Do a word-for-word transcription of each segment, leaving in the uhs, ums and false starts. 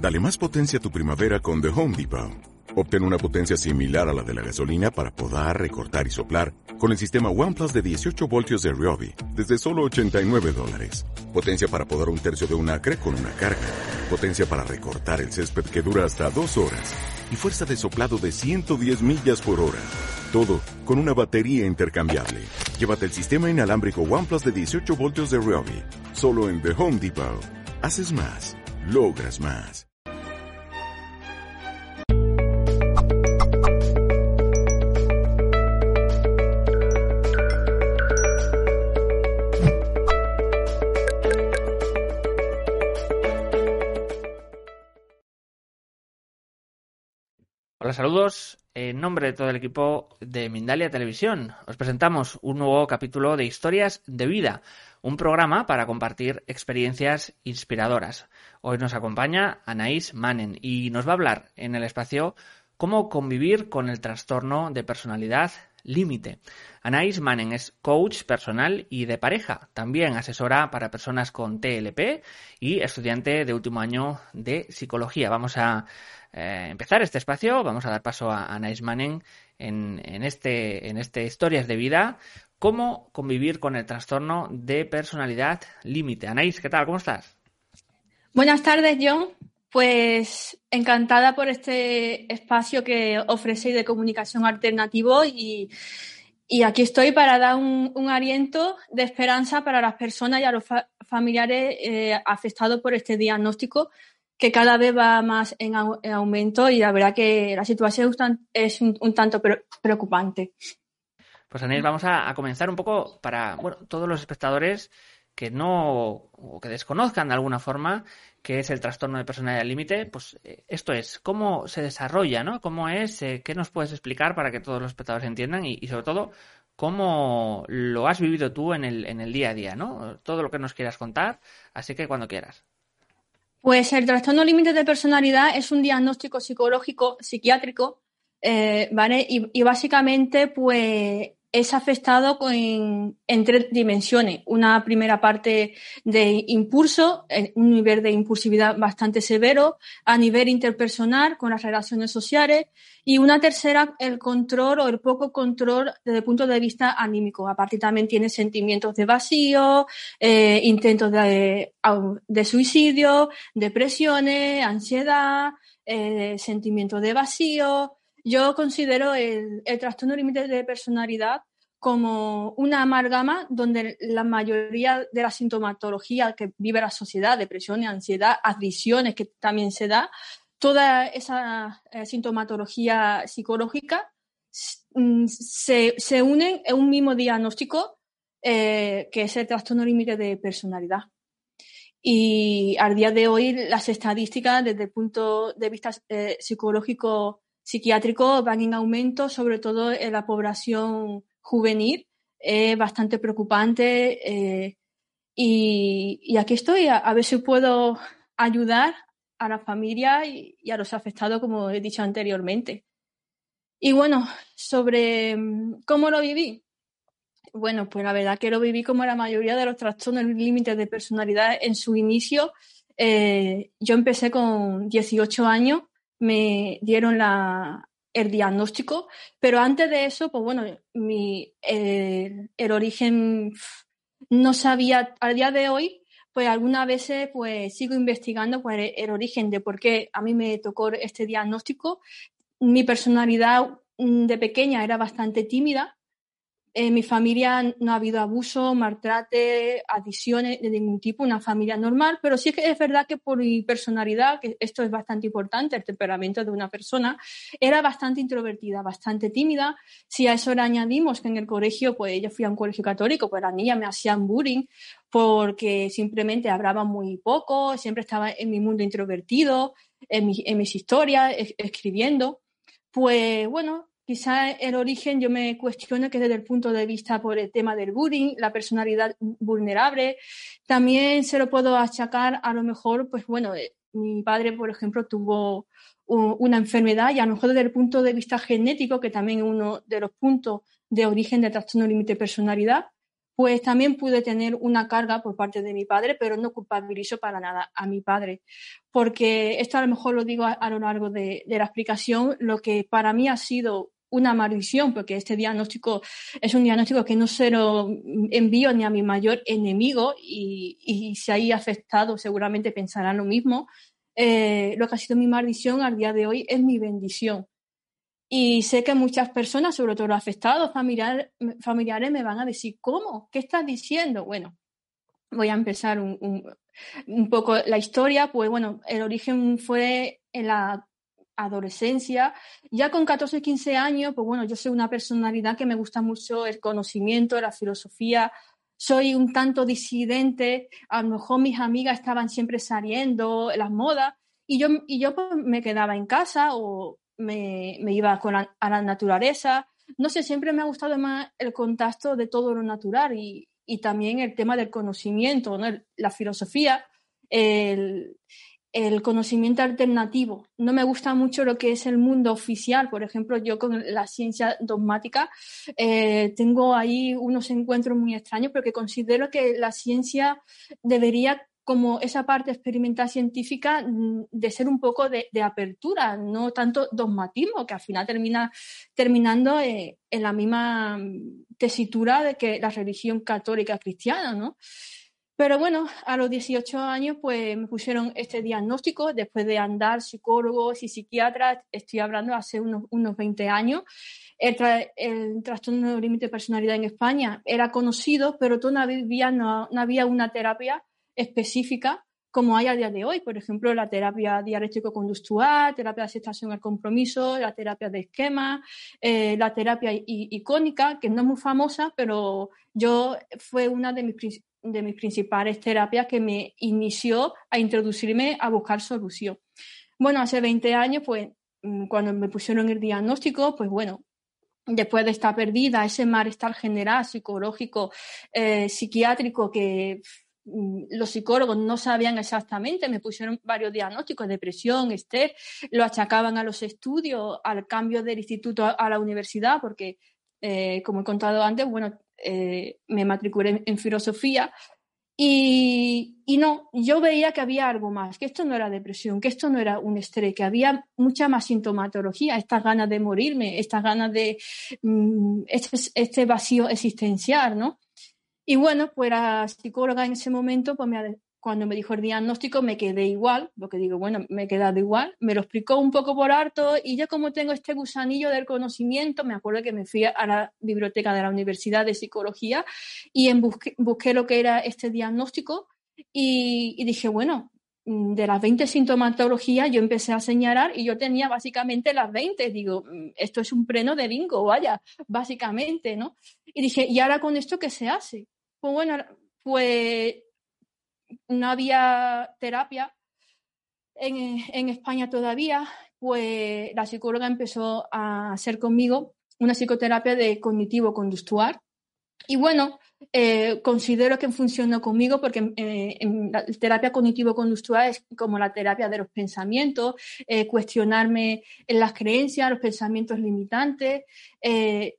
Dale más potencia a tu primavera con The Home Depot. Obtén una potencia similar a la de la gasolina para podar, recortar y soplar con el sistema OnePlus de dieciocho voltios de Ryobi desde solo ochenta y nueve dólares. Potencia para podar un tercio de un acre con una carga. Potencia para recortar el césped que dura hasta dos horas. Y fuerza de soplado de ciento diez millas por hora. Todo con una batería intercambiable. Llévate el sistema inalámbrico OnePlus de dieciocho voltios de Ryobi. Solo en The Home Depot. Haces más. Logras más. Hola, saludos. En nombre de todo el equipo de Mindalia Televisión, os presentamos un nuevo capítulo de Historias de Vida, un programa para compartir experiencias inspiradoras. Hoy nos acompaña Anaïs Manen y nos va a hablar en el espacio cómo convivir con el trastorno de personalidad límite. Anaïs Manen es coach personal y de pareja, también asesora para personas con T L P y estudiante de último año de psicología. Vamos a eh, empezar este espacio, vamos a dar paso a Anaïs Manen en, en, este, en este Historias de Vida, cómo convivir con el trastorno de personalidad límite. Anaïs, ¿qué tal? ¿Cómo estás? Buenas tardes, John. Pues encantada por este espacio que ofrecéis de comunicación alternativo y, y aquí estoy para dar un, un aliento de esperanza para las personas y a los fa- familiares eh, afectados por este diagnóstico que cada vez va más en, au- en aumento y la verdad que la situación es, tan, es un, un tanto pre- preocupante. Pues Anaïs, vamos a, a comenzar un poco para bueno, todos los espectadores que no o que desconozcan de alguna forma qué es el trastorno de personalidad límite, pues eh, esto es, cómo se desarrolla, ¿no? ¿Cómo es? Eh, ¿Qué nos puedes explicar para que todos los espectadores entiendan? Y, y sobre todo, ¿cómo lo has vivido tú en el, en el día a día, ¿no? Todo lo que nos quieras contar, así que cuando quieras. Pues el trastorno límite de personalidad es un diagnóstico psicológico, psiquiátrico, eh, ¿vale? Y, y básicamente, pues, es afectado con, en tres dimensiones. Una primera parte de impulso, un nivel de impulsividad bastante severo, a nivel interpersonal, con las relaciones sociales, y una tercera, el control o el poco control desde el punto de vista anímico. Aparte también tiene sentimientos de vacío, eh, intentos de, de suicidio, depresiones, ansiedad, eh, sentimientos de vacío. Yo considero el, el trastorno límite de personalidad como una amalgama donde la mayoría de la sintomatología que vive la sociedad, depresión, ansiedad, adicciones que también se da, toda esa eh, sintomatología psicológica se, se unen en un mismo diagnóstico eh, que es el trastorno límite de personalidad. Y al día de hoy las estadísticas desde el punto de vista eh, psicológico psiquiátrico van en aumento, sobre todo en la población juvenil, es eh, bastante preocupante eh, y, y aquí estoy a, a ver si puedo ayudar a la familia y, y a los afectados, como he dicho anteriormente. Y bueno, sobre cómo lo viví. Bueno, pues la verdad que lo viví como la mayoría de los trastornos límites de personalidad en su inicio. Eh, yo empecé con dieciocho años, me dieron la, el diagnóstico, pero antes de eso, pues bueno, mi, eh, el origen no sabía, al día de hoy, pues algunas veces pues sigo investigando pues, el, el origen de por qué a mí me tocó este diagnóstico. Mi personalidad de pequeña era bastante tímida. En mi familia no ha habido abuso, maltrato, adicciones de ningún tipo, una familia normal, pero sí que es verdad que por mi personalidad, que esto es bastante importante, el temperamento de una persona, era bastante introvertida, bastante tímida. Si a eso le añadimos que en el colegio, pues yo fui a un colegio católico, pues las niñas me hacían bullying porque simplemente hablaba muy poco, siempre estaba en mi mundo introvertido, en, mi, en mis historias, es, escribiendo. Pues bueno, quizá el origen yo me cuestiono que desde el punto de vista por el tema del bullying, la personalidad vulnerable, también se lo puedo achacar a lo mejor, pues bueno, eh, mi padre, por ejemplo, tuvo un, una enfermedad y a lo mejor desde el punto de vista genético, que también es uno de los puntos de origen del trastorno límite de personalidad, pues también pude tener una carga por parte de mi padre, pero no culpabilizo para nada a mi padre, porque esto a lo mejor lo digo a, a lo largo de, de la explicación, lo que para mí ha sido una maldición, porque este diagnóstico es un diagnóstico que no se lo envío ni a mi mayor enemigo y, y si hay afectado seguramente pensarán lo mismo. Eh, lo que ha sido mi maldición al día de hoy es mi bendición. Y sé que muchas personas, sobre todo los afectados, familiar, familiares, me van a decir, ¿cómo? ¿Qué estás diciendo? Bueno, voy a empezar un, un, un poco la historia. Pues bueno, el origen fue en la adolescencia. Ya con catorce, quince años, pues bueno, yo soy una personalidad que me gusta mucho el conocimiento, la filosofía. Soy un tanto disidente. A lo mejor mis amigas estaban siempre saliendo, las modas, y yo, y yo pues, me quedaba en casa o Me, me iba con la, a la naturaleza. No sé, siempre me ha gustado más el contacto de todo lo natural y, y también el tema del conocimiento, ¿no? El, la filosofía, el, el conocimiento alternativo. No me gusta mucho lo que es el mundo oficial. Por ejemplo, yo con la ciencia dogmática eh, tengo ahí unos encuentros muy extraños porque considero que la ciencia debería, como esa parte experimental científica, de ser un poco de, de apertura, no tanto dogmatismo, que al final termina terminando eh, en la misma tesitura de que la religión católica cristiana, ¿no? Pero bueno, a los dieciocho años pues me pusieron este diagnóstico después de andar psicólogos y psiquiatras. Estoy hablando hace unos, unos veinte años. El, tra el trastorno de límite de personalidad en España era conocido, pero todavía no, no había una terapia específica como hay a día de hoy. Por ejemplo, la terapia dialéctico-conductual, terapia de aceptación al compromiso, la terapia de esquema, eh, la terapia icónica, que no es muy famosa, pero yo fue una de mis, de mis principales terapias que me inició a introducirme a buscar solución. Bueno, hace veinte años, pues, cuando me pusieron el diagnóstico, pues bueno, después de estar perdida, ese malestar general, psicológico, eh, psiquiátrico, que los psicólogos no sabían exactamente, me pusieron varios diagnósticos, depresión, estrés, lo achacaban a los estudios, al cambio del instituto a, a la universidad, porque, eh, como he contado antes, bueno, eh, me matriculé en, en filosofía y, y no, yo veía que había algo más, que esto no era depresión, que esto no era un estrés, que había mucha más sintomatología, estas ganas de morirme, estas ganas de mm, este, este vacío existencial, ¿no? Y bueno, pues la psicóloga en ese momento, pues me, cuando me dijo el diagnóstico, me quedé igual, lo que digo, bueno, me he quedado igual, me lo explicó un poco por harto y yo como tengo este gusanillo del conocimiento, me acuerdo que me fui a la biblioteca de la Universidad de Psicología y en busqué, busqué lo que era este diagnóstico y, y dije, bueno, de las veinte sintomatologías yo empecé a señalar y yo tenía básicamente las veinte, digo, esto es un pleno de bingo, vaya, básicamente, ¿no? Y dije, ¿y ahora con esto qué se hace? Pues bueno, pues no había terapia en, en España todavía, pues la psicóloga empezó a hacer conmigo una psicoterapia de cognitivo-conductual. Y bueno, eh, considero que funcionó conmigo porque eh, en la terapia cognitivo-conductual es como la terapia de los pensamientos, eh, cuestionarme en las creencias, los pensamientos limitantes. Eh,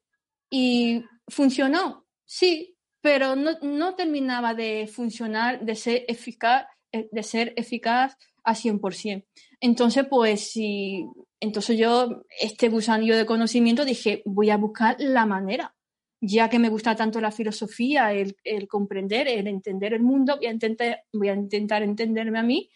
y funcionó, sí, pero no, no terminaba de funcionar, de ser eficaz, de ser eficaz a cien por ciento. Entonces, pues sí, entonces yo, este gusanillo de conocimiento, dije, voy a buscar la manera. Ya que me gusta tanto la filosofía, el, el comprender, el entender el mundo, voy a, intentar, voy a intentar entenderme a mí,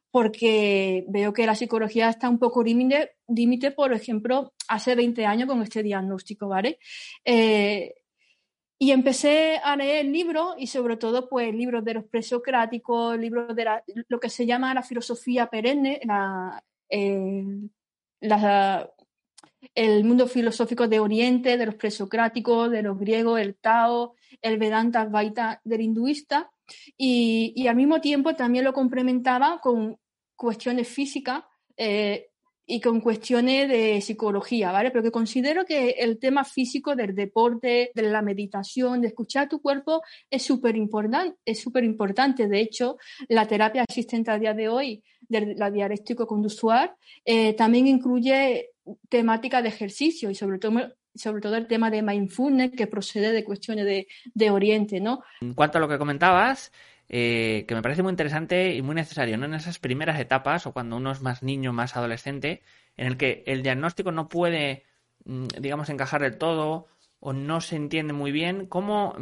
porque veo que la psicología está un poco límite, límite, por ejemplo, hace veinte años con este diagnóstico, ¿vale? Eh, y empecé a leer libros y sobre todo pues libros de los presocráticos, libros de la, lo que se llama la filosofía perenne, la, eh, la el mundo filosófico de Oriente, de los presocráticos, de los griegos, el Tao, el Vedanta, Advaita del hinduista, y, y al mismo tiempo también lo complementaba con cuestiones físicas eh, y con cuestiones de psicología, ¿vale? Porque considero que el tema físico del deporte, de la meditación, de escuchar tu cuerpo es súper importante, es súper importante. De hecho, la terapia existente a día de hoy, de la dialéctico-conductual, eh, también incluye temática de ejercicio y sobre todo sobre todo el tema de mindfulness, que procede de cuestiones de, de Oriente, ¿no? En cuanto a lo que comentabas, eh, que me parece muy interesante y muy necesario, ¿no? En esas primeras etapas, o cuando uno es más niño, más adolescente, en el que el diagnóstico no puede, digamos, encajar del todo, o no se entiende muy bien, cómo,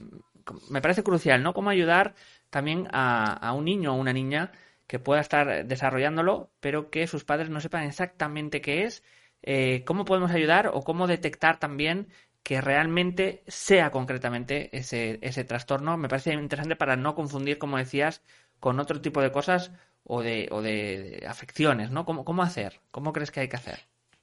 me parece crucial, ¿no? Cómo ayudar también a, a un niño o una niña que pueda estar desarrollándolo, pero que sus padres no sepan exactamente qué es, eh, cómo podemos ayudar o cómo detectar también que realmente sea concretamente ese, ese trastorno. Me parece interesante para no confundir, como decías, con otro tipo de cosas o de, o de, de afecciones, ¿no? ¿Cómo, cómo hacer? ¿Cómo crees que hay que hacer?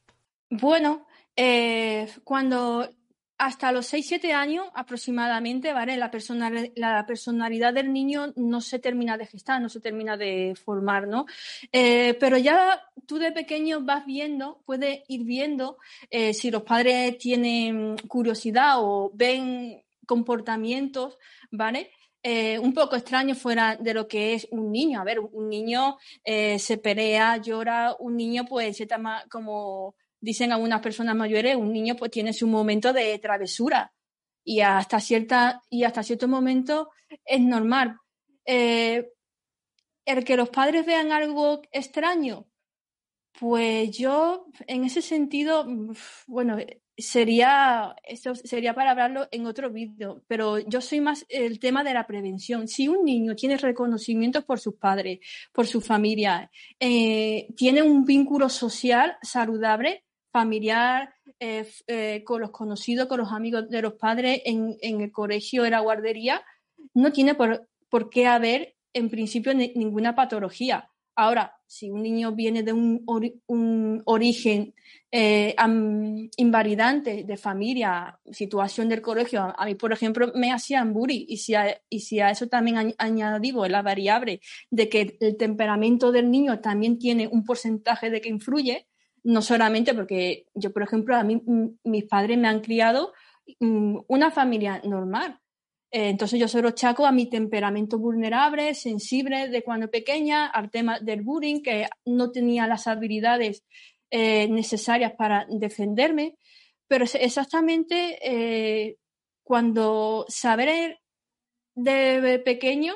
Bueno, eh, cuando hasta los seis siete años aproximadamente, ¿vale? La, personal, la personalidad del niño no se termina de gestar, no se termina de formar, ¿no? Eh, pero ya tú de pequeño vas viendo, puedes ir viendo eh, si los padres tienen curiosidad o ven comportamientos, ¿vale? Eh, un poco extraño fuera de lo que es un niño. A ver, un niño eh, se pelea, llora, un niño pues se toma como... Dicen algunas personas mayores, un niño pues tiene su momento de travesura y hasta cierta y hasta cierto momento es normal. Eh, el que los padres vean algo extraño, pues yo en ese sentido, bueno, sería esto sería para hablarlo en otro vídeo, pero yo soy más el tema de la prevención. Si un niño tiene reconocimientos por sus padres, por su familia, eh, tiene un vínculo social saludable, familiar, eh, eh, con los conocidos, con los amigos de los padres, en, en el colegio, en la guardería, no tiene por, por qué haber, en principio, ni, ninguna patología. Ahora, si un niño viene de un, ori- un origen eh, um, invalidante de familia, situación del colegio, a, a mí, por ejemplo, me hacían bullying, y si a, y si a eso también añ- añadimos la variable de que el, el temperamento del niño también tiene un porcentaje de que influye, no solamente porque yo, por ejemplo, a mí m- mis padres me han criado m- una familia normal. Eh, entonces yo se lo chaco a mi temperamento vulnerable, sensible de cuando pequeña, al tema del bullying, que no tenía las habilidades eh, necesarias para defenderme. Pero es exactamente eh, cuando saber de pequeño,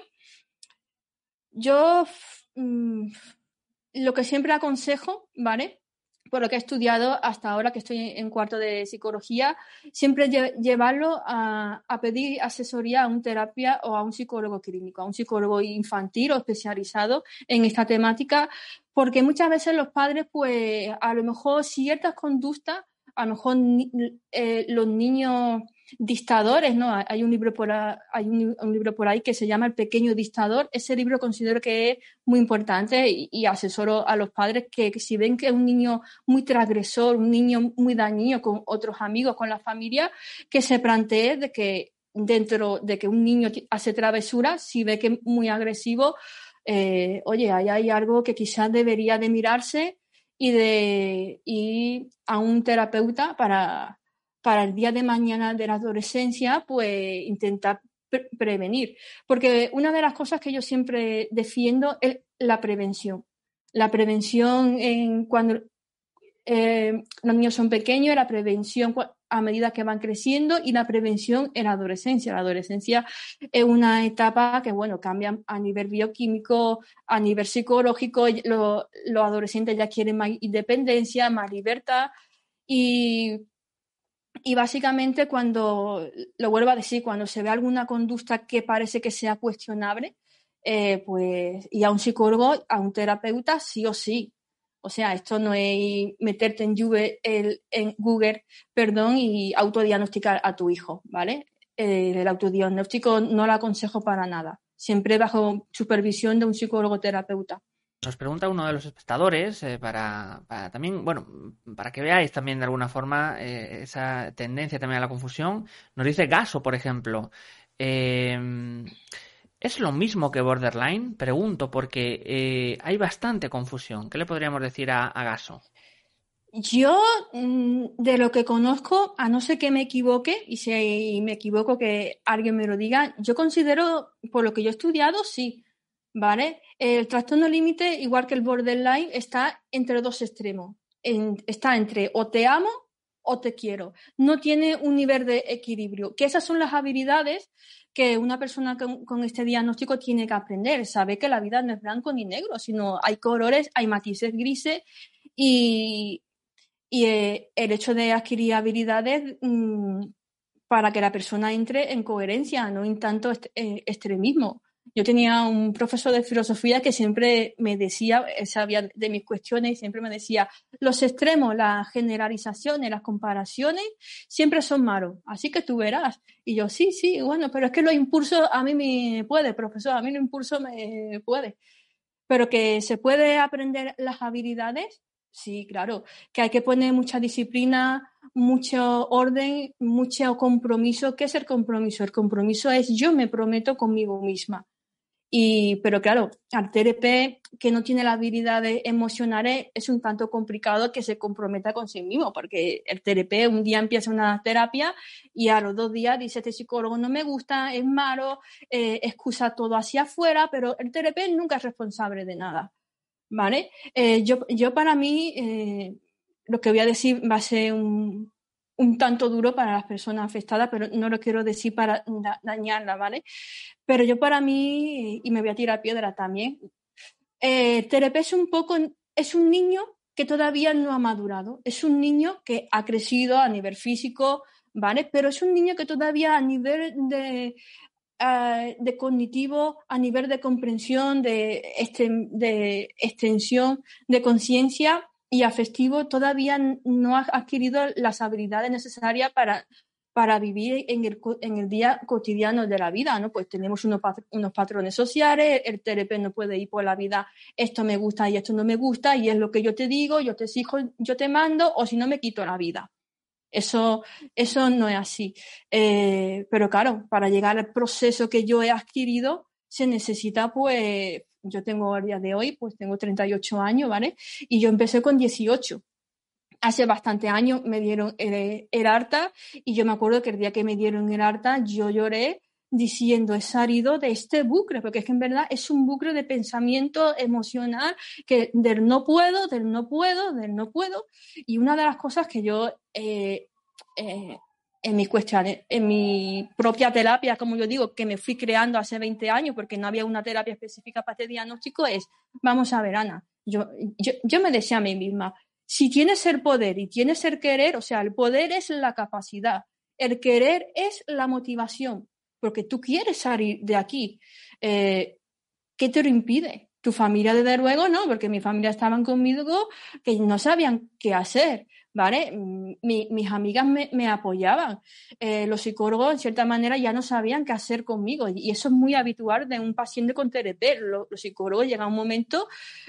yo mm, lo que siempre aconsejo, ¿vale? Por lo que he estudiado hasta ahora, que estoy en cuarto de psicología, siempre lle- llevarlo a, a pedir asesoría a un terapia o a un psicólogo clínico, a un psicólogo infantil o especializado en esta temática, porque muchas veces los padres, pues, a lo mejor ciertas conductas, a lo mejor ni- eh, los niños dictadores, ¿no? Hay un libro por ahí, hay un, un libro por ahí que se llama El pequeño dictador. Ese libro considero que es muy importante y, y asesoro a los padres que, que si ven que es un niño muy transgresor, un niño muy dañino con otros amigos, con la familia, que se plantee de que dentro de que un niño hace travesuras, si ve que es muy agresivo, eh, oye, ahí hay algo que quizás debería de mirarse y de ir a un terapeuta para, para el día de mañana de la adolescencia, pues intentar pre- prevenir. Porque una de las cosas que yo siempre defiendo es la prevención. La prevención en cuando eh, los niños son pequeños, la prevención a medida que van creciendo y la prevención en la adolescencia. La adolescencia es una etapa que, bueno, cambia a nivel bioquímico, a nivel psicológico. Lo, los adolescentes ya quieren más independencia, más libertad y, y básicamente cuando, lo vuelvo a decir, cuando se ve alguna conducta que parece que sea cuestionable, eh, pues y a un psicólogo, a un terapeuta, sí o sí. O sea, esto no es meterte en Google, el, en Google perdón, y autodiagnosticar a tu hijo, ¿vale? Eh, el autodiagnóstico no lo aconsejo para nada. Siempre bajo supervisión de un psicólogo terapeuta. Nos pregunta uno de los espectadores eh, para, para también, bueno, para que veáis también de alguna forma eh, esa tendencia también a la confusión. Nos dice Gaso, por ejemplo. Eh, ¿Es lo mismo que borderline? Pregunto, porque eh, hay bastante confusión. ¿Qué le podríamos decir a, a Gaso? Yo, de lo que conozco, a no ser que me equivoque, y si me equivoco que alguien me lo diga, yo considero, por lo que yo he estudiado, sí, ¿vale? El trastorno límite, igual que el borderline, está entre dos extremos. En- está entre o te amo o te quiero. No tiene un nivel de equilibrio. Que esas son las habilidades que una persona con, con este diagnóstico tiene que aprender. Sabe que la vida no es blanco ni negro, sino hay colores, hay matices grises y, y eh, el hecho de adquirir habilidades mmm, para que la persona entre en coherencia, no en tanto est- eh, extremismo. Yo tenía un profesor de filosofía que siempre me decía, él sabía de mis cuestiones y siempre me decía, los extremos, las generalizaciones, las comparaciones, siempre son malos, así que tú verás. Y yo, sí, sí, bueno, pero es que los impulsos a mí me puede, profesor, a mí los impulsos me puede. Pero que se puede aprender las habilidades, sí, claro. Que hay que poner mucha disciplina, mucho orden, mucho compromiso. ¿Qué es el compromiso? El compromiso es yo me prometo conmigo misma. Y, pero claro, al T R P que no tiene las habilidades emocionales es un tanto complicado que se comprometa con sí mismo, porque el T R P un día empieza una terapia y a los dos días dice este psicólogo no me gusta, es malo, eh, excusa todo hacia afuera, pero el T R P nunca es responsable de nada, ¿vale? Eh, yo, yo para mí, eh, lo que voy a decir va a ser un, un tanto duro para las personas afectadas, pero no lo quiero decir para da- dañarlas, ¿vale? Pero yo para mí, y me voy a tirar piedra también, eh, T R P es un poco, es un niño que todavía no ha madurado, es un niño que ha crecido a nivel físico, ¿vale? Pero es un niño que todavía a nivel de, uh, de cognitivo, a nivel de comprensión, de, este, de extensión, de conciencia y afectivo, todavía no ha adquirido las habilidades necesarias para, para vivir en el, en el día cotidiano de la vida, ¿no? Pues tenemos unos, unos patrones sociales, el T R P no puede ir por la vida, esto me gusta y esto no me gusta, y es lo que yo te digo, yo te exijo, yo te mando, o si no me quito la vida. Eso, eso no es así. Eh, pero claro, para llegar al proceso que yo he adquirido, se necesita, pues, yo tengo el día de hoy, pues tengo treinta y ocho años, ¿vale? Y yo empecé con dieciocho. Hace bastante años me dieron el, el ARTA y yo me acuerdo que el día que me dieron el ARTA yo lloré diciendo he salido de este bucle, porque es que en verdad es un bucle de pensamiento emocional que del no puedo, del no puedo, del no puedo. Y una de las cosas que yo eh, eh, en mis cuestiones, en mi propia terapia, como yo digo, que me fui creando hace veinte años porque no había una terapia específica para este diagnóstico, es, vamos a ver, Ana, yo, yo, yo me decía a mí misma, si tienes el poder y tienes el querer, o sea, el poder es la capacidad, el querer es la motivación, porque tú quieres salir de aquí. Eh, ¿Qué te lo impide? Tu familia, desde luego, no, porque mi familia estaban conmigo que no sabían qué hacer, ¿vale? Mi, mis amigas me, me apoyaban. Eh, los psicólogos, en cierta manera, ya no sabían qué hacer conmigo. Y eso es muy habitual de un paciente con T R P. Los, los psicólogos llegan a un momento,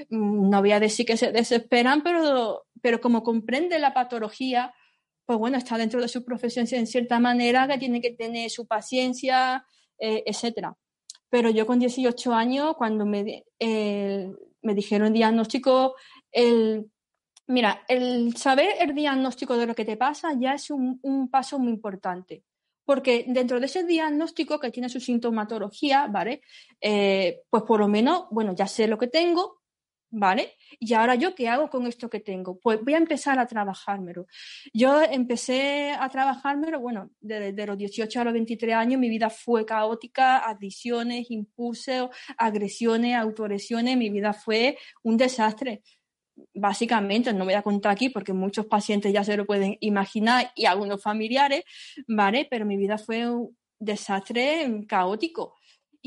no voy a decir que se desesperan, pero, pero como comprende la patología, pues bueno, está dentro de su profesión en cierta manera, que tiene que tener su paciencia, eh, etcétera. Pero yo con dieciocho años, cuando me, eh, me dijeron el diagnóstico, el, mira, el saber el diagnóstico de lo que te pasa ya es un, un paso muy importante. Porque dentro de ese diagnóstico que tiene su sintomatología, ¿vale? Eh, pues por lo menos, bueno, ya sé lo que tengo, ¿vale? Y ahora yo, ¿qué hago con esto que tengo? Pues voy a empezar a trabajármelo. Yo empecé a trabajármelo, bueno, desde de los dieciocho a los veintitrés años mi vida fue caótica, adicciones, impulsos, agresiones, autolesiones, mi vida fue un desastre. Básicamente, no voy a contar aquí porque muchos pacientes ya se lo pueden imaginar y algunos familiares, ¿vale? Pero mi vida fue un desastre caótico.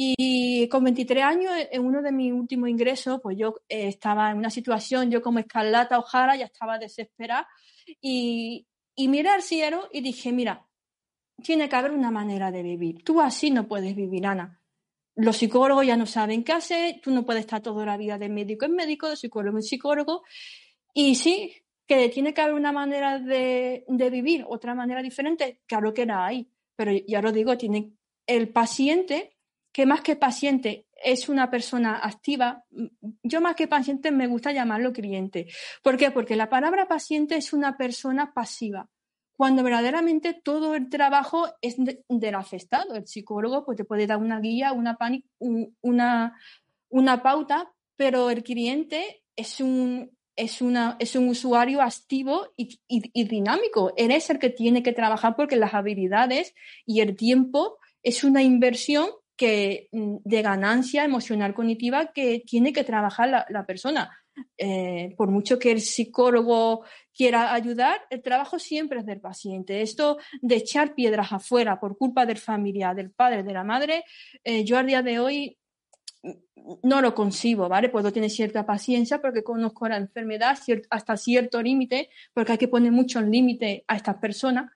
Y con veintitrés años, en uno de mis últimos ingresos, pues yo eh, estaba en una situación, yo como Escarlata O'Hara ya estaba desesperada y, y miré al cielo y dije, mira, tiene que haber una manera de vivir. Tú así no puedes vivir, Ana. Los psicólogos ya no saben qué hacer, tú no puedes estar toda la vida de médico en médico, de psicólogo en psicólogo. Y sí, que tiene que haber una manera de, de vivir, otra manera diferente, claro que la hay. Pero ya lo digo, tiene el paciente, que más que paciente es una persona activa, yo más que paciente me gusta llamarlo cliente. ¿Por qué? Porque la palabra paciente es una persona pasiva, cuando verdaderamente todo el trabajo es de, del afectado. El psicólogo pues, te puede dar una guía, una, pani, una, una pauta, pero el cliente es un, es, una, es un usuario activo y, y, y dinámico. Él es el que tiene que trabajar porque las habilidades y el tiempo es una inversión que, de ganancia emocional cognitiva que tiene que trabajar la, la persona. Eh, por mucho que el psicólogo quiera ayudar, el trabajo siempre es del paciente. Esto de echar piedras afuera por culpa del familiar, del padre, de la madre, eh, yo al día de hoy no lo concibo, ¿vale? Puedo tener cierta paciencia porque conozco la enfermedad ciert- hasta cierto límite, porque hay que poner muchos límites a estas personas,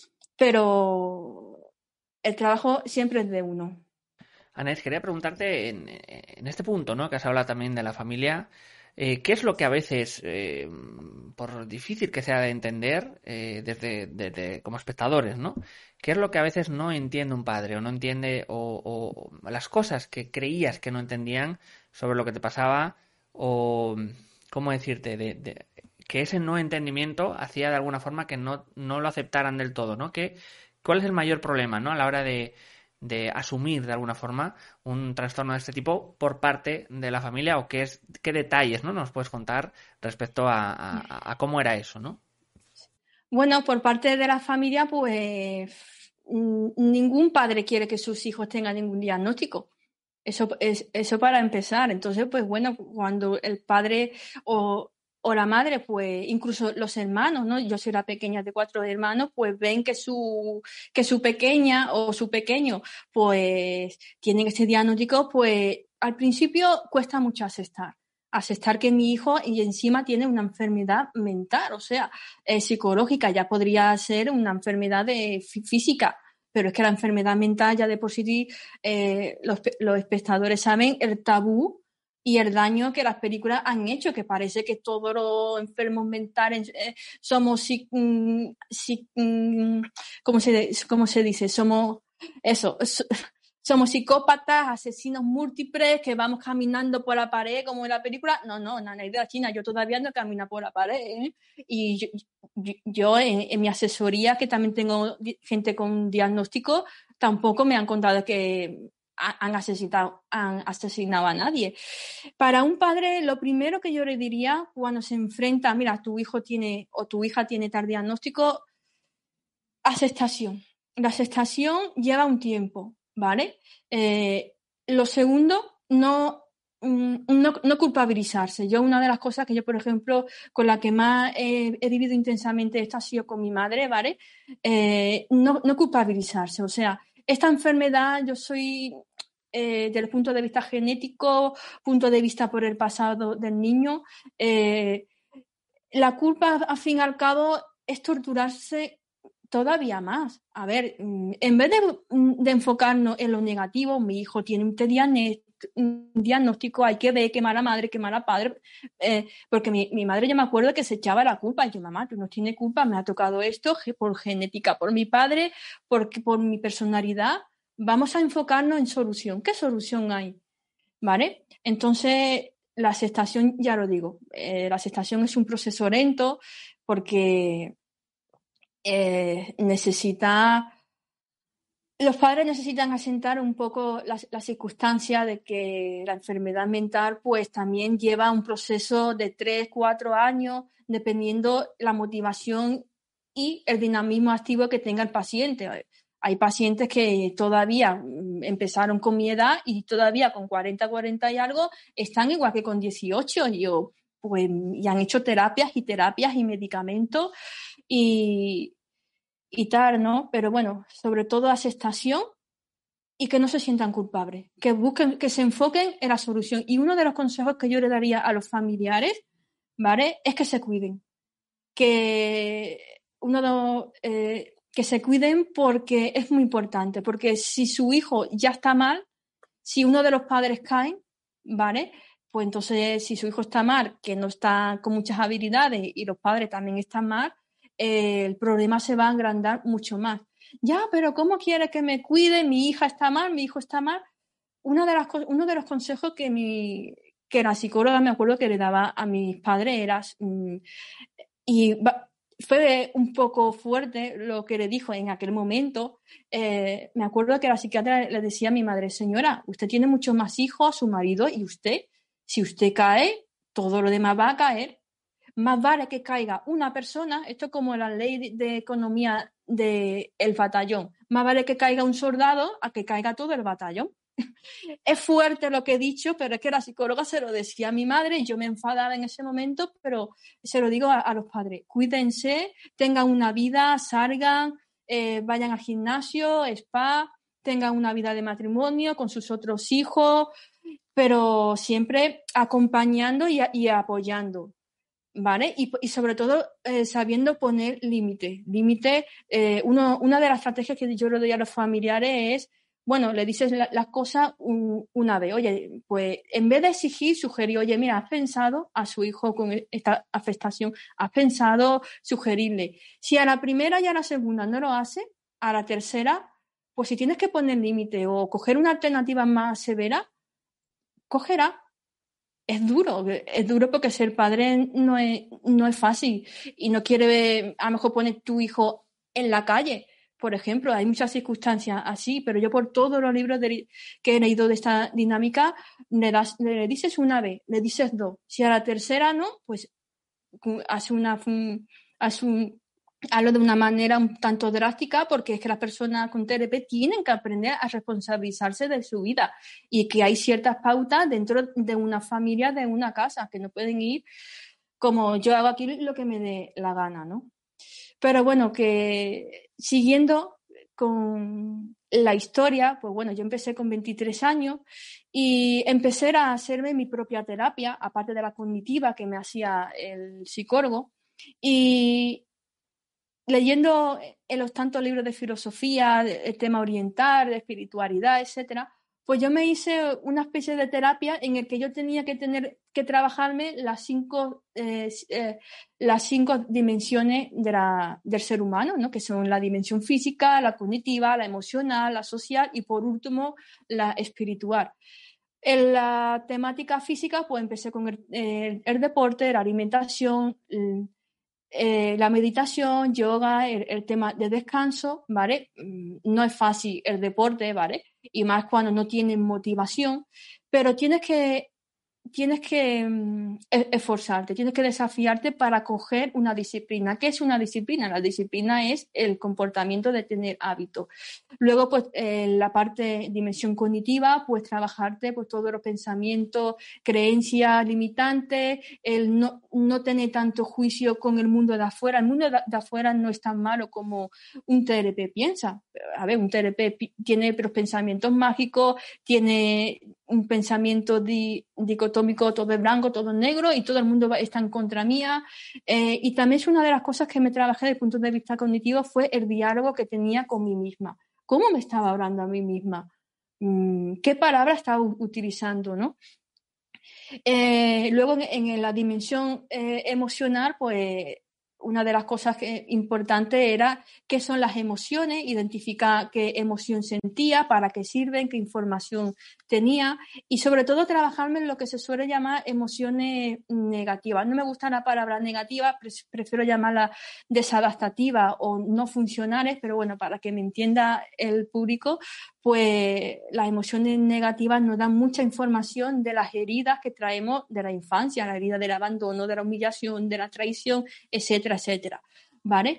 pero el trabajo siempre es de uno. Anés, quería preguntarte en, en este punto, ¿no? Que has hablado también de la familia. Eh, ¿qué es lo que a veces, eh, por difícil que sea de entender, eh, desde, desde como espectadores, ¿no? ¿Qué es lo que a veces no entiende un padre o no entiende o, o- o las cosas que creías que no entendían sobre lo que te pasaba o, ¿cómo decirte? De, de- que ese no entendimiento hacía de alguna forma que no, no lo aceptaran del todo, ¿no? Que, ¿cuál es el mayor problema, ¿no? A la hora de, de asumir de alguna forma un trastorno de este tipo por parte de la familia o qué es, qué detalles, ¿no? Nos puedes contar respecto a, a, a cómo era eso, ¿no? Bueno, por parte de la familia, pues mm, ningún padre quiere que sus hijos tengan ningún diagnóstico. Eso, es, eso para empezar. Entonces, pues bueno, cuando el padre o, o la madre, pues incluso los hermanos, ¿no? Yo soy la pequeña de cuatro hermanos, pues ven que su, que su pequeña o su pequeño, pues tienen este diagnóstico, pues al principio cuesta mucho aceptar. Aceptar que mi hijo y encima tiene una enfermedad mental, o sea, eh, psicológica, ya podría ser una enfermedad de fí- física, pero es que la enfermedad mental ya de por sí eh, los, los espectadores saben el tabú y el daño que las películas han hecho, que parece que todos los enfermos mentales eh, somos, mm, mm, ¿cómo se, cómo se dice? Somos eso, so, somos psicópatas, asesinos múltiples, que vamos caminando por la pared como en la película. No, no, la idea china, yo todavía no camino por la pared, ¿eh? Y yo, yo, yo en, en mi asesoría, que también tengo gente con diagnóstico, tampoco me han contado que han asesinado, han asesinado a nadie. Para un padre, lo primero que yo le diría cuando se enfrenta, mira, tu hijo tiene o tu hija tiene tal diagnóstico, aceptación. La aceptación lleva un tiempo, ¿vale? Eh, lo segundo, no, no, no culpabilizarse. Yo, una de las cosas que yo, por ejemplo, con la que más he, he vivido intensamente esto ha sido con mi madre, ¿vale? Eh, no, no culpabilizarse. O sea, esta enfermedad, yo soy, eh, desde el punto de vista genético, punto de vista por el pasado del niño, eh, la culpa, al fin y al cabo, es torturarse todavía más. A ver, en vez de, de enfocarnos en lo negativo, mi hijo tiene un diagnóstico, hay que ver qué mala madre, qué mala padre, eh, porque mi, mi madre, yo me acuerdo que se echaba la culpa, y yo, mamá, tú no tienes culpa, me ha tocado esto por genética, por mi padre, porque, por mi personalidad, vamos a enfocarnos en solución. ¿Qué solución hay? ¿Vale? Entonces, la aceptación, ya lo digo, eh, la aceptación es un proceso lento porque eh, necesita, los padres necesitan asentar un poco la, la circunstancia de que la enfermedad mental pues también lleva un proceso de tres, cuatro años, dependiendo la motivación y el dinamismo activo que tenga el paciente. Hay pacientes que todavía empezaron con mi edad y todavía con cuarenta, cuarenta y algo están igual que con dieciocho y, yo, pues, y han hecho terapias y terapias y medicamentos y, y tal, ¿no? Pero bueno, sobre todo aceptación y que no se sientan culpables, que busquen, que se enfoquen en la solución. Y uno de los consejos que yo le daría a los familiares, ¿vale? Es que se cuiden. Que uno de los, eh, que se cuiden porque es muy importante, porque si su hijo ya está mal, si uno de los padres cae, ¿vale? Pues entonces, si su hijo está mal, que no está con muchas habilidades y los padres también están mal, eh, el problema se va a agrandar mucho más. Ya, pero ¿cómo quiere que me cuide? Mi hija está mal, mi hijo está mal. Una de las, uno de los consejos que, mi, que la psicóloga me acuerdo que le daba a mis padres era... Mmm, y fue un poco fuerte lo que le dijo en aquel momento. Eh, me acuerdo que la psiquiatra le decía a mi madre, señora, usted tiene muchos más hijos, su marido, y usted, si usted cae, todo lo demás va a caer. más vale que caiga una persona, esto es como la ley de, de economía del batallón, más vale que caiga un soldado a que caiga todo el batallón. Es fuerte lo que he dicho, pero es que la psicóloga se lo decía a mi madre y yo me enfadaba en ese momento, pero se lo digo a, a los padres. Cuídense, tengan una vida, salgan, eh, vayan al gimnasio, spa, tengan una vida de matrimonio con sus otros hijos, pero siempre acompañando y, y apoyando. ¿Vale? Y, y sobre todo eh, sabiendo poner límites. Límites, eh, uno, una de las estrategias que yo le doy a los familiares es, bueno, le dices la, las cosas un, una vez. Oye, pues en vez de exigir, sugerir, oye, mira, has pensado a su hijo con esta afectación, has pensado sugerirle. Si a la primera y a la segunda no lo hace, a la tercera, pues si tienes que poner límite o coger una alternativa más severa, cogerá. Es duro, es duro porque ser padre no es, no es fácil y no quiere a lo mejor poner tu hijo en la calle. Por ejemplo, hay muchas circunstancias así, pero yo por todos los libros de, que he leído de esta dinámica, le, das, le dices una vez, le dices dos. Si a la tercera no, pues hace una, hace un, hazlo de una manera un tanto drástica, porque es que las personas con T L P tienen que aprender a responsabilizarse de su vida y que hay ciertas pautas dentro de una familia, de una casa, que no pueden ir como yo hago aquí lo que me dé la gana, ¿no? Pero bueno, que siguiendo con la historia, pues bueno, yo empecé con veintitrés años y empecé a hacerme mi propia terapia, aparte de la cognitiva que me hacía el psicólogo, y leyendo en los tantos libros de filosofía, el tema oriental, de espiritualidad, etcétera, pues yo me hice una especie de terapia en el que yo tenía que tener que trabajarme las cinco, eh, eh, las cinco dimensiones de la, del ser humano, ¿no? Que son la dimensión física, la cognitiva, la emocional, la social y por último la espiritual. En la temática física, pues empecé con el, el, el deporte, la alimentación, el, Eh, la meditación, yoga, el, el tema de descanso, ¿vale? No es fácil el deporte, ¿vale? Y más cuando no tienes motivación, pero tienes que, tienes que um, esforzarte, tienes que desafiarte para coger una disciplina. ¿Qué es una disciplina? La disciplina es el comportamiento de tener hábitos. Luego, pues, en la parte dimensión cognitiva, pues trabajarte pues todos los pensamientos, creencias limitantes, el no, no tener tanto juicio con el mundo de afuera. El mundo de, de afuera no es tan malo como un T L P piensa. A ver, un T L P pi- tiene los pensamientos mágicos, tiene un pensamiento di, dicotómico, todo es blanco, todo es negro y todo el mundo va, está en contra mía. Eh, y también es una de las cosas que me trabajé desde el punto de vista cognitivo fue el diálogo que tenía con mí misma. ¿Cómo me estaba hablando a mí misma? ¿Qué palabra estaba utilizando, no? Eh, luego, en, en la dimensión eh, emocional, pues una de las cosas que, importantes era qué son las emociones, identificar qué emoción sentía, para qué sirven, qué información tenía y sobre todo trabajarme en lo que se suele llamar emociones negativas. No me gusta la palabra negativa, prefiero llamarla desadaptativas o no funcionales, pero bueno, para que me entienda el público, pues las emociones negativas nos dan mucha información de las heridas que traemos de la infancia, la herida del abandono, de la humillación, de la traición, etcétera, etcétera, ¿vale?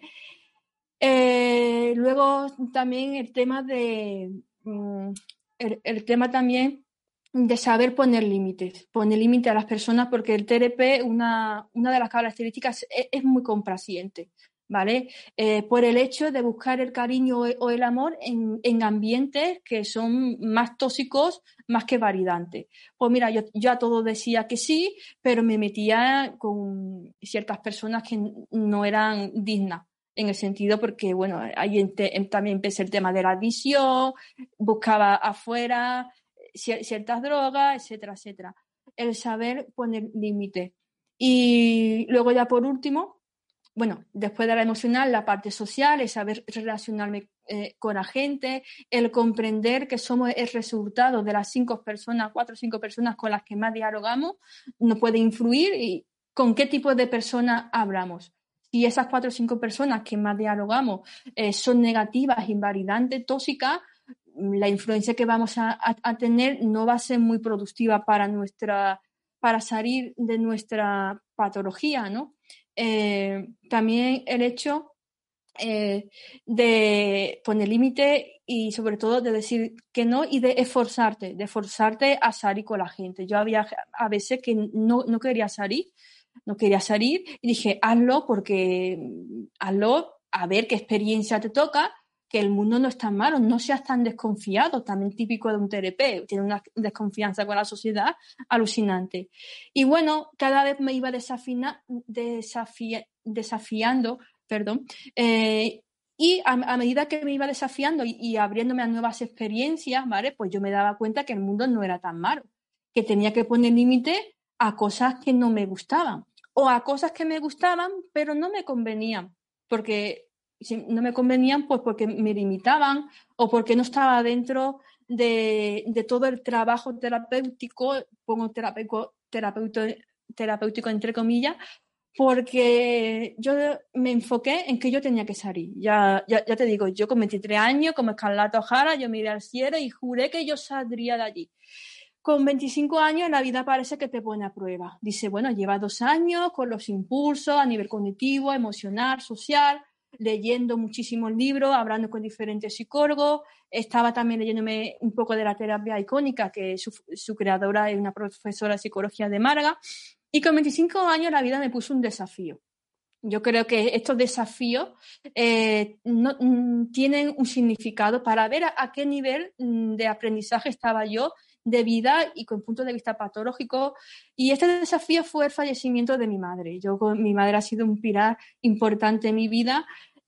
Eh, luego también el tema de mm, el, el tema también de saber poner límites, poner límites a las personas, porque el T L P, una, una de las características es, es muy complaciente, ¿vale? Eh, por el hecho de buscar el cariño o el amor en, en ambientes que son más tóxicos, más que validantes. Pues mira, yo, yo a todo decía que sí, pero me metía con ciertas personas que no eran dignas. En el sentido porque, bueno, ahí también empecé el tema de la adicción, buscaba afuera ciertas drogas, etcétera, etcétera. El saber poner límites. Y luego ya por último, bueno, después de la emocional, la parte social, el saber relacionarme eh, con la gente, el comprender que somos el resultado de las cinco personas, cuatro o cinco personas con las que más dialogamos, nos puede influir y con qué tipo de personas hablamos. Si esas cuatro o cinco personas que más dialogamos eh, son negativas, invalidantes, tóxicas, la influencia que vamos a, a, a tener no va a ser muy productiva para nuestra, para salir de nuestra patología, ¿no? Eh, también el hecho Eh, de poner límite y sobre todo de decir que no y de esforzarte, de esforzarte a salir con la gente. Yo había a veces que no, no quería salir, no quería salir y dije, hazlo porque hazlo a ver qué experiencia te toca, que el mundo no es tan malo, no seas tan desconfiado, también típico de un T R P, tiene una desconfianza con la sociedad alucinante. Y bueno, cada vez me iba desafina, desafía, desafiando Perdón. Eh, y a, a medida que me iba desafiando y, y abriéndome a nuevas experiencias, ¿vale? Pues yo me daba cuenta que el mundo no era tan malo, que tenía que poner límite a cosas que no me gustaban o a cosas que me gustaban pero no me convenían, porque si no me convenían pues porque me limitaban o porque no estaba dentro de, de todo el trabajo terapéutico, pongo terapéutico, terapéutico, terapéutico entre comillas, porque yo me enfoqué en que yo tenía que salir. Ya, ya, ya te digo, yo con veintitrés años, como Escarlata O'Hara, yo miré al cielo y juré que yo saldría de allí. Con veinticinco años la vida parece que te pone a prueba. Dice, bueno, lleva dos años con los impulsos a nivel cognitivo, emocional, social, leyendo muchísimos libros, hablando con diferentes psicólogos. Estaba también leyéndome un poco de la terapia icónica, que su, su creadora es una profesora de psicología de Málaga. Y con veinticinco años la vida me puso un desafío. Yo creo que estos desafíos eh, no, mm, tienen un significado para ver a, a qué nivel mm, de aprendizaje estaba yo de vida y con punto de vista patológico. Y este desafío fue el fallecimiento de mi madre. Yo, mi madre ha sido un pilar importante en mi vida.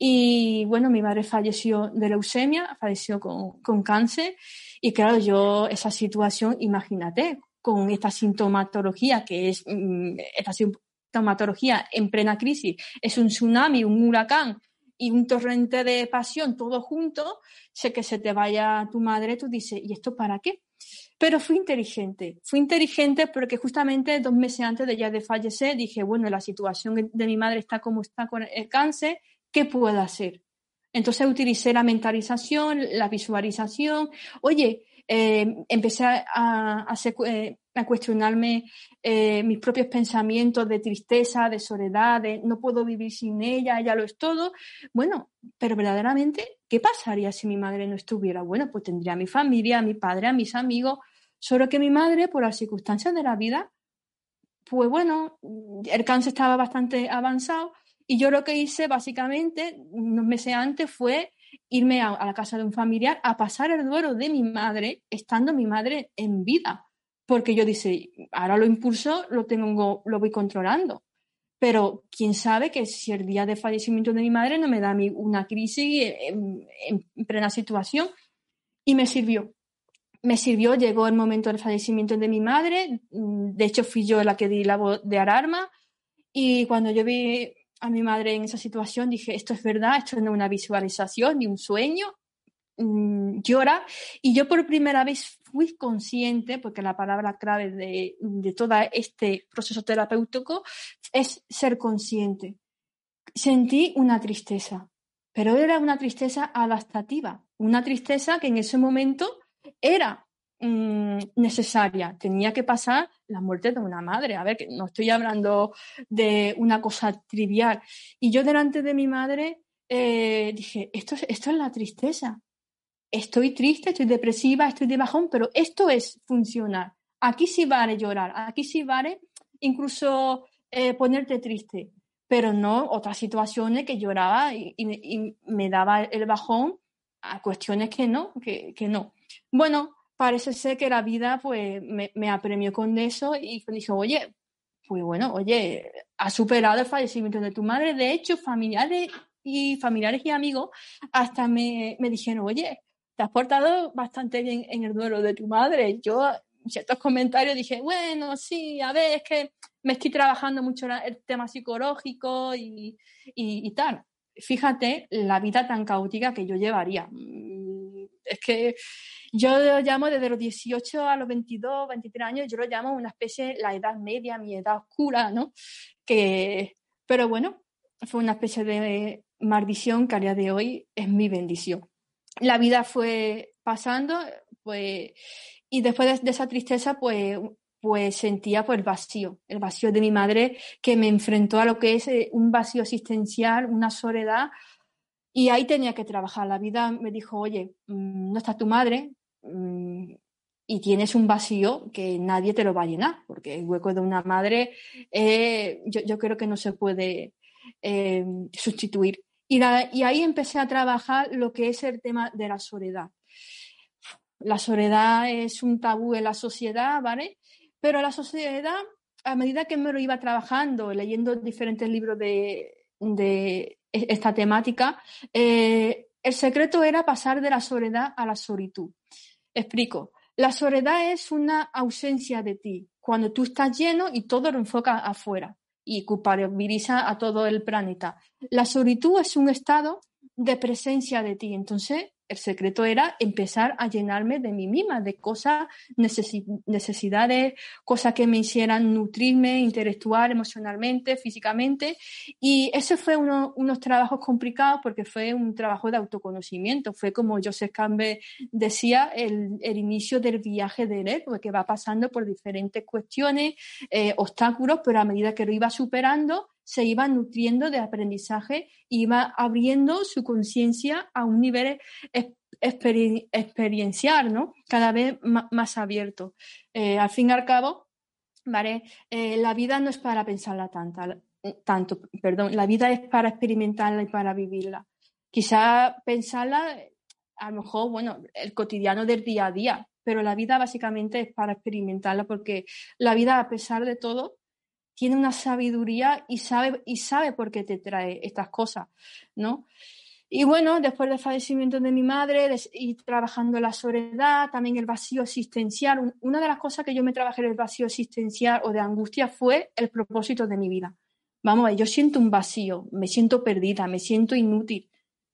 Y bueno, mi madre falleció de leucemia, falleció con, con cáncer. Y claro, yo esa situación, imagínate, con esta sintomatología que es esta sintomatología en plena crisis, es un tsunami, un huracán y un torrente de pasión todo junto, sé que se te vaya tu madre, tú dices, ¿y esto para qué? Pero fui inteligente, fui inteligente porque justamente dos meses antes de ya de fallecer dije, bueno, la situación de mi madre está como está con el cáncer, ¿qué puedo hacer? Entonces utilicé la mentalización, la visualización. Oye, eh, empecé a, a, hacer, eh, a cuestionarme eh, mis propios pensamientos de tristeza, de soledad, de no puedo vivir sin ella, ella lo es todo. Bueno, pero verdaderamente, ¿qué pasaría si mi madre no estuviera? Bueno, pues tendría a mi familia, a mi padre, a mis amigos, solo que mi madre, por las circunstancias de la vida, pues bueno, el cáncer estaba bastante avanzado. Y yo lo que hice básicamente unos meses antes fue irme a, a la casa de un familiar a pasar el duelo de mi madre, estando mi madre en vida. Porque yo dije, ahora lo impulso, lo tengo, lo voy controlando. Pero quién sabe que si el día de fallecimiento de mi madre no me da a mí una crisis en, en plena situación. Y me sirvió. Me sirvió, llegó el momento del fallecimiento de mi madre. De hecho, fui yo la que di la voz de alarma. Y cuando yo vi a mi madre en esa situación, dije, esto es verdad, esto no es una visualización ni un sueño, mm, llora. Y yo por primera vez fui consciente, porque la palabra clave de, de todo este proceso terapéutico es ser consciente. Sentí una tristeza, pero era una tristeza adaptativa, una tristeza que en ese momento era mmm, necesaria. Tenía que pasar la muerte de una madre. A ver, que no estoy hablando de una cosa trivial. Y yo delante de mi madre eh, dije, esto, esto es la tristeza. Estoy triste, estoy depresiva, estoy de bajón, pero esto es funcionar. Aquí sí vale llorar, aquí sí vale incluso eh, ponerte triste, pero no otras situaciones que lloraba y, y, y me daba el bajón a cuestiones que no, que, que no. Bueno, parece ser que la vida pues me, me apremió con eso y dije, oye, pues bueno, oye, has superado el fallecimiento de tu madre. De hecho, familiares y familiares y amigos hasta me, me dijeron, oye, te has portado bastante bien en el duelo de tu madre. Yo, en ciertos comentarios dije, bueno, sí, a ver, es que me estoy trabajando mucho el tema psicológico y, y, y tal. Fíjate la vida tan caótica que yo llevaría. Es que yo lo llamo desde los dieciocho a los veintidós, veintitrés años, yo lo llamo una especie, la edad media, mi edad oscura, ¿no? Que, pero bueno, fue una especie de maldición que a día de hoy es mi bendición. La vida fue pasando, pues, y después de, de esa tristeza, pues, pues sentía pues el vacío, el vacío de mi madre que me enfrentó a lo que es eh, un vacío existencial, una soledad, y ahí tenía que trabajar. La vida me dijo, oye, mmm, no está tu madre mmm, y tienes un vacío que nadie te lo va a llenar, porque el hueco de una madre eh, yo, yo creo que no se puede eh, sustituir. Y, la, y ahí empecé a trabajar lo que es el tema de la soledad. La soledad es un tabú en la sociedad, ¿vale? Pero la sociedad, a medida que me lo iba trabajando, leyendo diferentes libros de, de esta temática, eh, el secreto era pasar de la soledad a la solitud. Explico. La soledad es una ausencia de ti, cuando tú estás lleno y todo lo enfoca afuera y culpabiliza a todo el planeta. La solitud es un estado de presencia de ti. Entonces, el secreto era empezar a llenarme de mí misma, de cosas, necesidades, cosas que me hicieran nutrirme, interactuar emocionalmente, físicamente. Y ese fue uno, unos trabajos complicados porque fue un trabajo de autoconocimiento. Fue como Joseph Campbell decía, el, el inicio del viaje del héroe, que va pasando por diferentes cuestiones, eh, obstáculos, pero a medida que lo iba superando, se iba nutriendo de aprendizaje, iba abriendo su conciencia a un nivel exper- experiencial, ¿no? Cada vez más, más abierto. Eh, al fin y al cabo, ¿vale? Eh, la vida no es para pensarla tanta, tanto, perdón, la vida es para experimentarla y para vivirla. Quizá pensarla, a lo mejor, bueno, el cotidiano del día a día, pero la vida básicamente es para experimentarla, porque la vida, a pesar de todo, tiene una sabiduría y sabe, y sabe por qué te trae estas cosas, ¿no? Y bueno, después del fallecimiento de mi madre de, y trabajando la soledad, también el vacío existencial, una de las cosas que yo me trabajé en el vacío existencial o de angustia fue el propósito de mi vida. Vamos a ver, yo siento un vacío, me siento perdida, me siento inútil.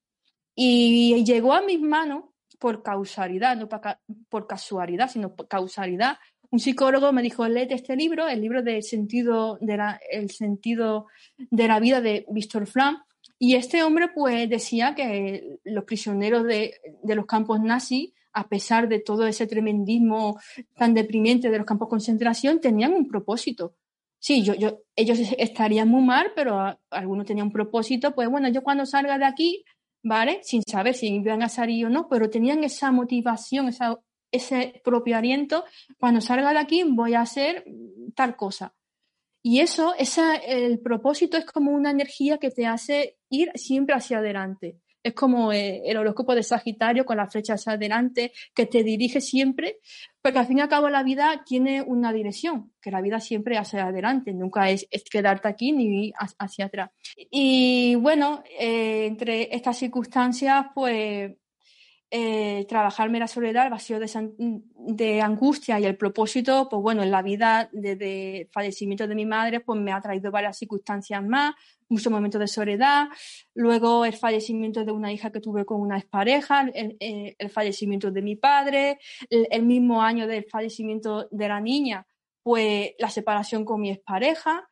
Y llegó a mis manos por causalidad, no por casualidad, sino por causalidad. Un psicólogo me dijo, léete este libro, el libro del sentido de la, el sentido de la vida de Viktor Frankl. Y este hombre pues decía que los prisioneros de, de los campos nazis, a pesar de todo ese tremendismo tan deprimente de los campos de concentración, tenían un propósito. Sí, yo, yo, ellos estarían muy mal, pero a, algunos tenían un propósito. Pues bueno, yo cuando salga de aquí, ¿vale? Sin saber si iban a salir o no, pero tenían esa motivación, esa ese propio aliento, cuando salga de aquí voy a hacer tal cosa. Y eso, esa, el propósito es como una energía que te hace ir siempre hacia adelante. Es como eh, el horóscopo de Sagitario con la flecha hacia adelante, que te dirige siempre, porque al fin y al cabo la vida tiene una dirección, que la vida siempre hacia adelante, nunca es, es quedarte aquí ni hacia atrás. Y bueno, eh, entre estas circunstancias, pues Eh, trabajarme la soledad, el vacío de, de angustia y el propósito, pues bueno, en la vida desde el fallecimiento de mi madre, pues me ha traído varias circunstancias más, muchos momentos de soledad, luego el fallecimiento de una hija que tuve con una expareja, el, el, el fallecimiento de mi padre, el, el mismo año del fallecimiento de la niña, pues la separación con mi expareja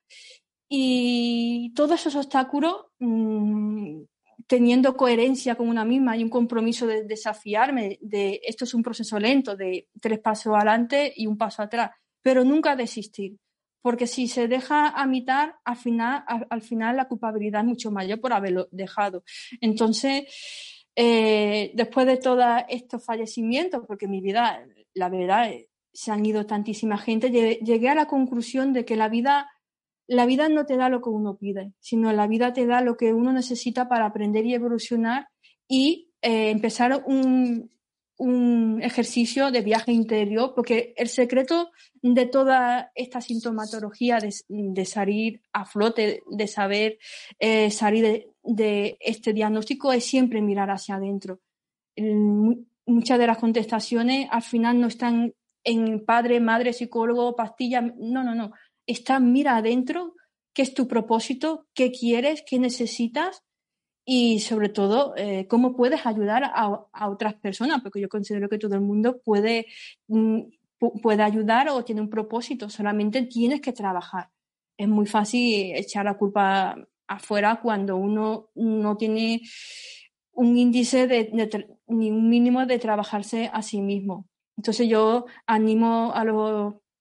y todos esos obstáculos mmm, teniendo coherencia con una misma y un compromiso de desafiarme, de esto es un proceso lento, de tres pasos adelante y un paso atrás, pero nunca desistir, porque si se deja a mitad, al final, al, al final la culpabilidad es mucho mayor por haberlo dejado. Entonces, eh, después de todos estos fallecimientos, porque en mi vida, la verdad, se han ido tantísima gente, llegué, llegué a la conclusión de que la vida La vida no te da lo que uno pide, sino la vida te da lo que uno necesita para aprender y evolucionar y eh, empezar un, un ejercicio de viaje interior, porque el secreto de toda esta sintomatología de, de salir a flote, de saber eh, salir de, de este diagnóstico es siempre mirar hacia adentro. El, muchas de las contestaciones al final no están en padre, madre, psicólogo, pastilla, no, no, no. Está, mira adentro, qué es tu propósito, qué quieres, qué necesitas y sobre todo eh, cómo puedes ayudar a, a otras personas, porque yo considero que todo el mundo puede, mm, puede ayudar o tiene un propósito, solamente tienes que trabajar. Es muy fácil echar la culpa afuera cuando uno no tiene un índice de, de, ni un mínimo de trabajarse a sí mismo. Entonces yo animo a los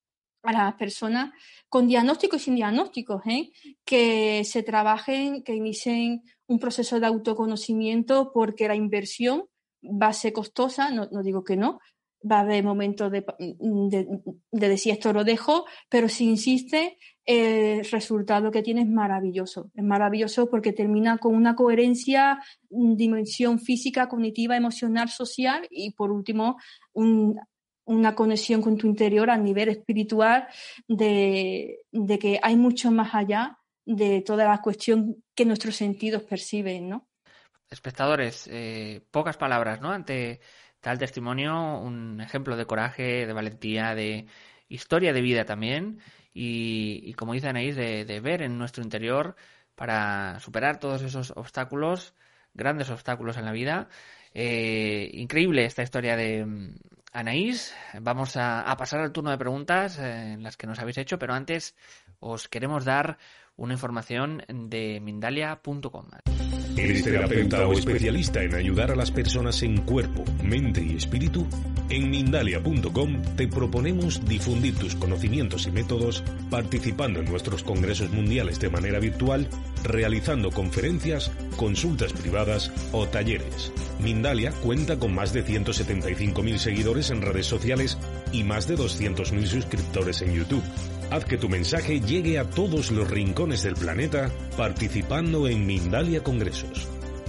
a las personas con diagnósticos y sin diagnósticos, ¿eh? Que se trabajen, que inicien un proceso de autoconocimiento, porque la inversión va a ser costosa, no, no digo que no, va a haber momentos de, de, de decir esto lo dejo, pero si insiste, el resultado que tiene es maravilloso. Es maravilloso porque termina con una coherencia, dimensión física, cognitiva, emocional, social y, por último, un, una conexión con tu interior a nivel espiritual de, de que hay mucho más allá de toda la cuestión que nuestros sentidos perciben, ¿no? Espectadores, eh, pocas palabras, ¿no? Ante tal testimonio, un ejemplo de coraje, de valentía, de historia de vida también, y, y como dice Anaís, de, de ver en nuestro interior para superar todos esos obstáculos, grandes obstáculos en la vida. Eh, increíble esta historia de um, Anaís. Vamos a, a pasar al turno de preguntas eh, en las que nos habéis hecho, pero antes os queremos dar una información de Mindalia punto com. ¿Eres terapeuta o especialista en ayudar a las personas en cuerpo, mente y espíritu? En Mindalia punto com te proponemos difundir tus conocimientos y métodos participando en nuestros congresos mundiales de manera virtual, realizando conferencias, consultas privadas o talleres. Mindalia cuenta con más de ciento setenta y cinco mil seguidores en redes sociales y más de doscientos mil suscriptores en YouTube. Haz que tu mensaje llegue a todos los rincones del planeta participando en Mindalia Congresos.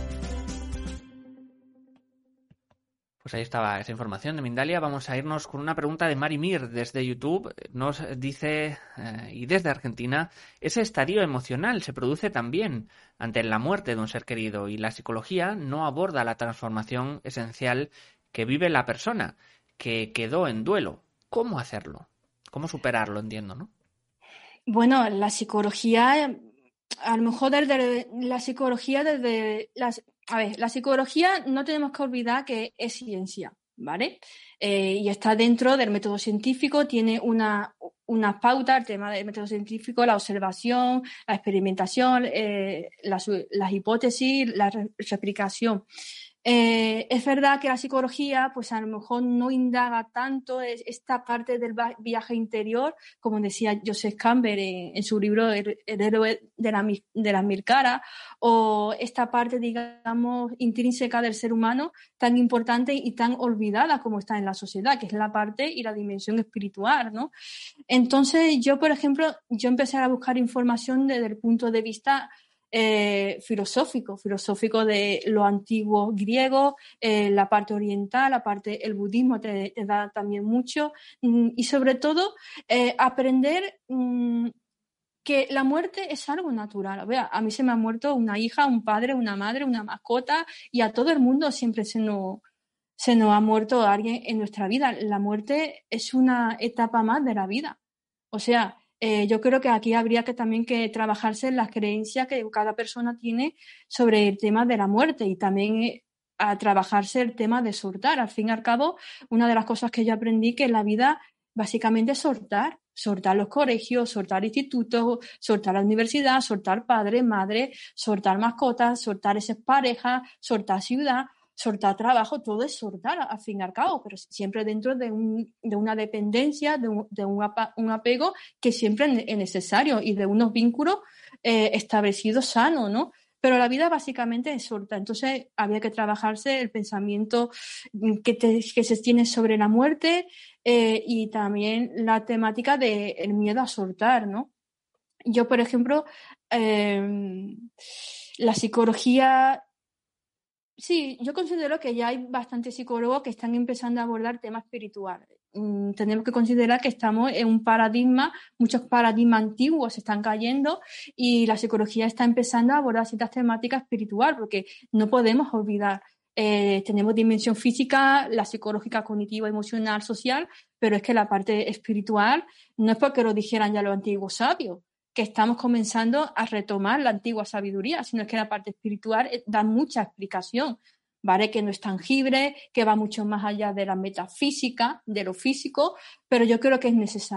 Pues ahí estaba esa información de Mindalia. Vamos a irnos con una pregunta de Mari Mir desde YouTube. Nos dice, eh, y desde Argentina, ese estadio emocional se produce también ante la muerte de un ser querido y la psicología no aborda la transformación esencial que vive la persona que quedó en duelo. ¿Cómo hacerlo? ¿Cómo superarlo? Entiendo, ¿no? Bueno, la psicología, a lo mejor desde la psicología, desde las, a ver, la psicología no tenemos que olvidar que es ciencia, ¿vale? Eh, y está dentro del método científico, tiene una, una pauta, el tema del método científico, la observación, la experimentación, eh, las, las hipótesis, la replicación. Eh, es verdad que la psicología, pues a lo mejor no indaga tanto esta parte del viaje interior, como decía Joseph Campbell en, en su libro El, el héroe de, la, de las mil caras, o esta parte, digamos, intrínseca del ser humano, tan importante y tan olvidada como está en la sociedad, que es la parte y la dimensión espiritual, ¿no? Entonces, yo, por ejemplo, yo empecé a buscar información desde el punto de vista Eh, filosófico, filosófico de lo antiguo griego, eh, la parte oriental, la parte, el budismo te, te da también mucho, mm, y sobre todo eh, aprender mm, que la muerte es algo natural. Vea, a mí se me ha muerto una hija, un padre, una madre, una mascota, y a todo el mundo siempre se nos, se nos ha muerto alguien en nuestra vida. La muerte es una etapa más de la vida. O sea, Eh, yo creo que aquí habría que también que trabajarse en las creencias que cada persona tiene sobre el tema de la muerte y también eh, a trabajarse el tema de soltar. Al fin y al cabo, una de las cosas que yo aprendí que en la vida básicamente es soltar, soltar los colegios, soltar institutos, soltar la universidad, soltar padre, madre, soltar mascotas, soltar esas parejas, soltar ciudad, soltar trabajo, todo es soltar al fin y al cabo, pero siempre dentro de, un, de una dependencia, de, un, de un, apa, un apego que siempre es necesario y de unos vínculos eh, establecidos sanos, ¿no? Pero la vida básicamente es soltar. Entonces había que trabajarse el pensamiento que, te, que se tiene sobre la muerte eh, y también la temática del miedo a soltar, ¿no? Yo, por ejemplo, eh, la psicología... Sí, yo considero que ya hay bastantes psicólogos que están empezando a abordar temas espirituales. Mm, tenemos que considerar que estamos en un paradigma, muchos paradigmas antiguos se están cayendo y la psicología está empezando a abordar ciertas temáticas espirituales porque no podemos olvidar. Eh, tenemos dimensión física, la psicológica, cognitiva, emocional, social, pero es que la parte espiritual no es porque lo dijeran ya los antiguos sabios, que estamos comenzando a retomar la antigua sabiduría, sino es que la parte espiritual da mucha explicación, ¿vale? Que no es tangible, que va mucho más allá de la metafísica, de lo físico, pero yo creo que es necesaria.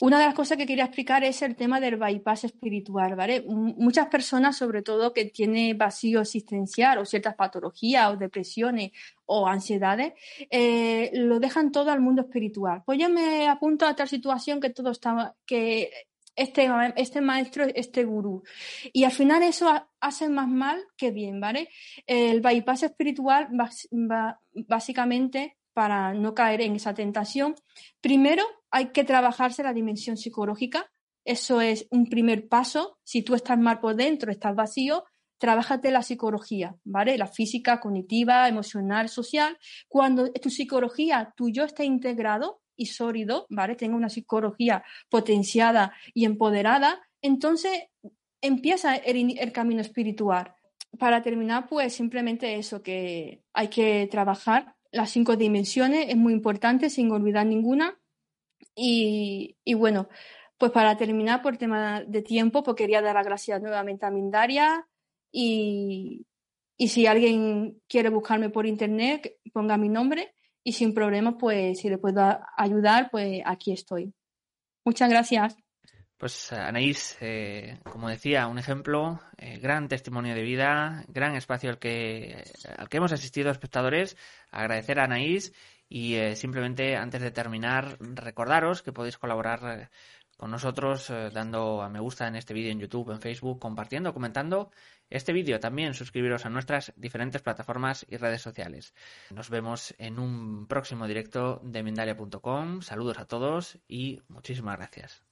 una de las cosas que quería explicar es el tema del bypass espiritual, ¿vale? M- muchas personas, sobre todo que tienen vacío existencial o ciertas patologías o depresiones o ansiedades, eh, lo dejan todo al mundo espiritual. Pues yo me apunto a tal situación que todo está, que este, este maestro, este gurú. Y al final eso ha- hace más mal que bien, ¿vale? El bypass espiritual, bas- ba- básicamente, para no caer en esa tentación, primero hay que trabajarse la dimensión psicológica. Eso es un primer paso. Si tú estás mal por dentro, estás vacío, trabájate la psicología, ¿vale? La física, cognitiva, emocional, social. Cuando tu psicología, tu yo está integrado y sólido, ¿vale? Tenga una psicología potenciada y empoderada, entonces empieza el, el camino espiritual. Para terminar, pues simplemente eso, que hay que trabajar las cinco dimensiones, es muy importante, sin olvidar ninguna. Y, y bueno, pues para terminar, por tema de tiempo, pues quería dar las gracias nuevamente a Mindalia y, y si alguien quiere buscarme por internet, que ponga mi nombre y sin problemas, pues si le puedo ayudar, pues aquí estoy. Muchas gracias. Pues Anaís, eh, como decía, un ejemplo, eh, gran testimonio de vida, gran espacio al que, al que hemos asistido espectadores. Agradecer a Anaís y eh, simplemente antes de terminar recordaros que podéis colaborar eh, con nosotros eh, dando a me gusta en este vídeo en YouTube, en Facebook, compartiendo, comentando este vídeo. También suscribiros a nuestras diferentes plataformas y redes sociales. Nos vemos en un próximo directo de Mindalia punto com. Saludos a todos y muchísimas gracias.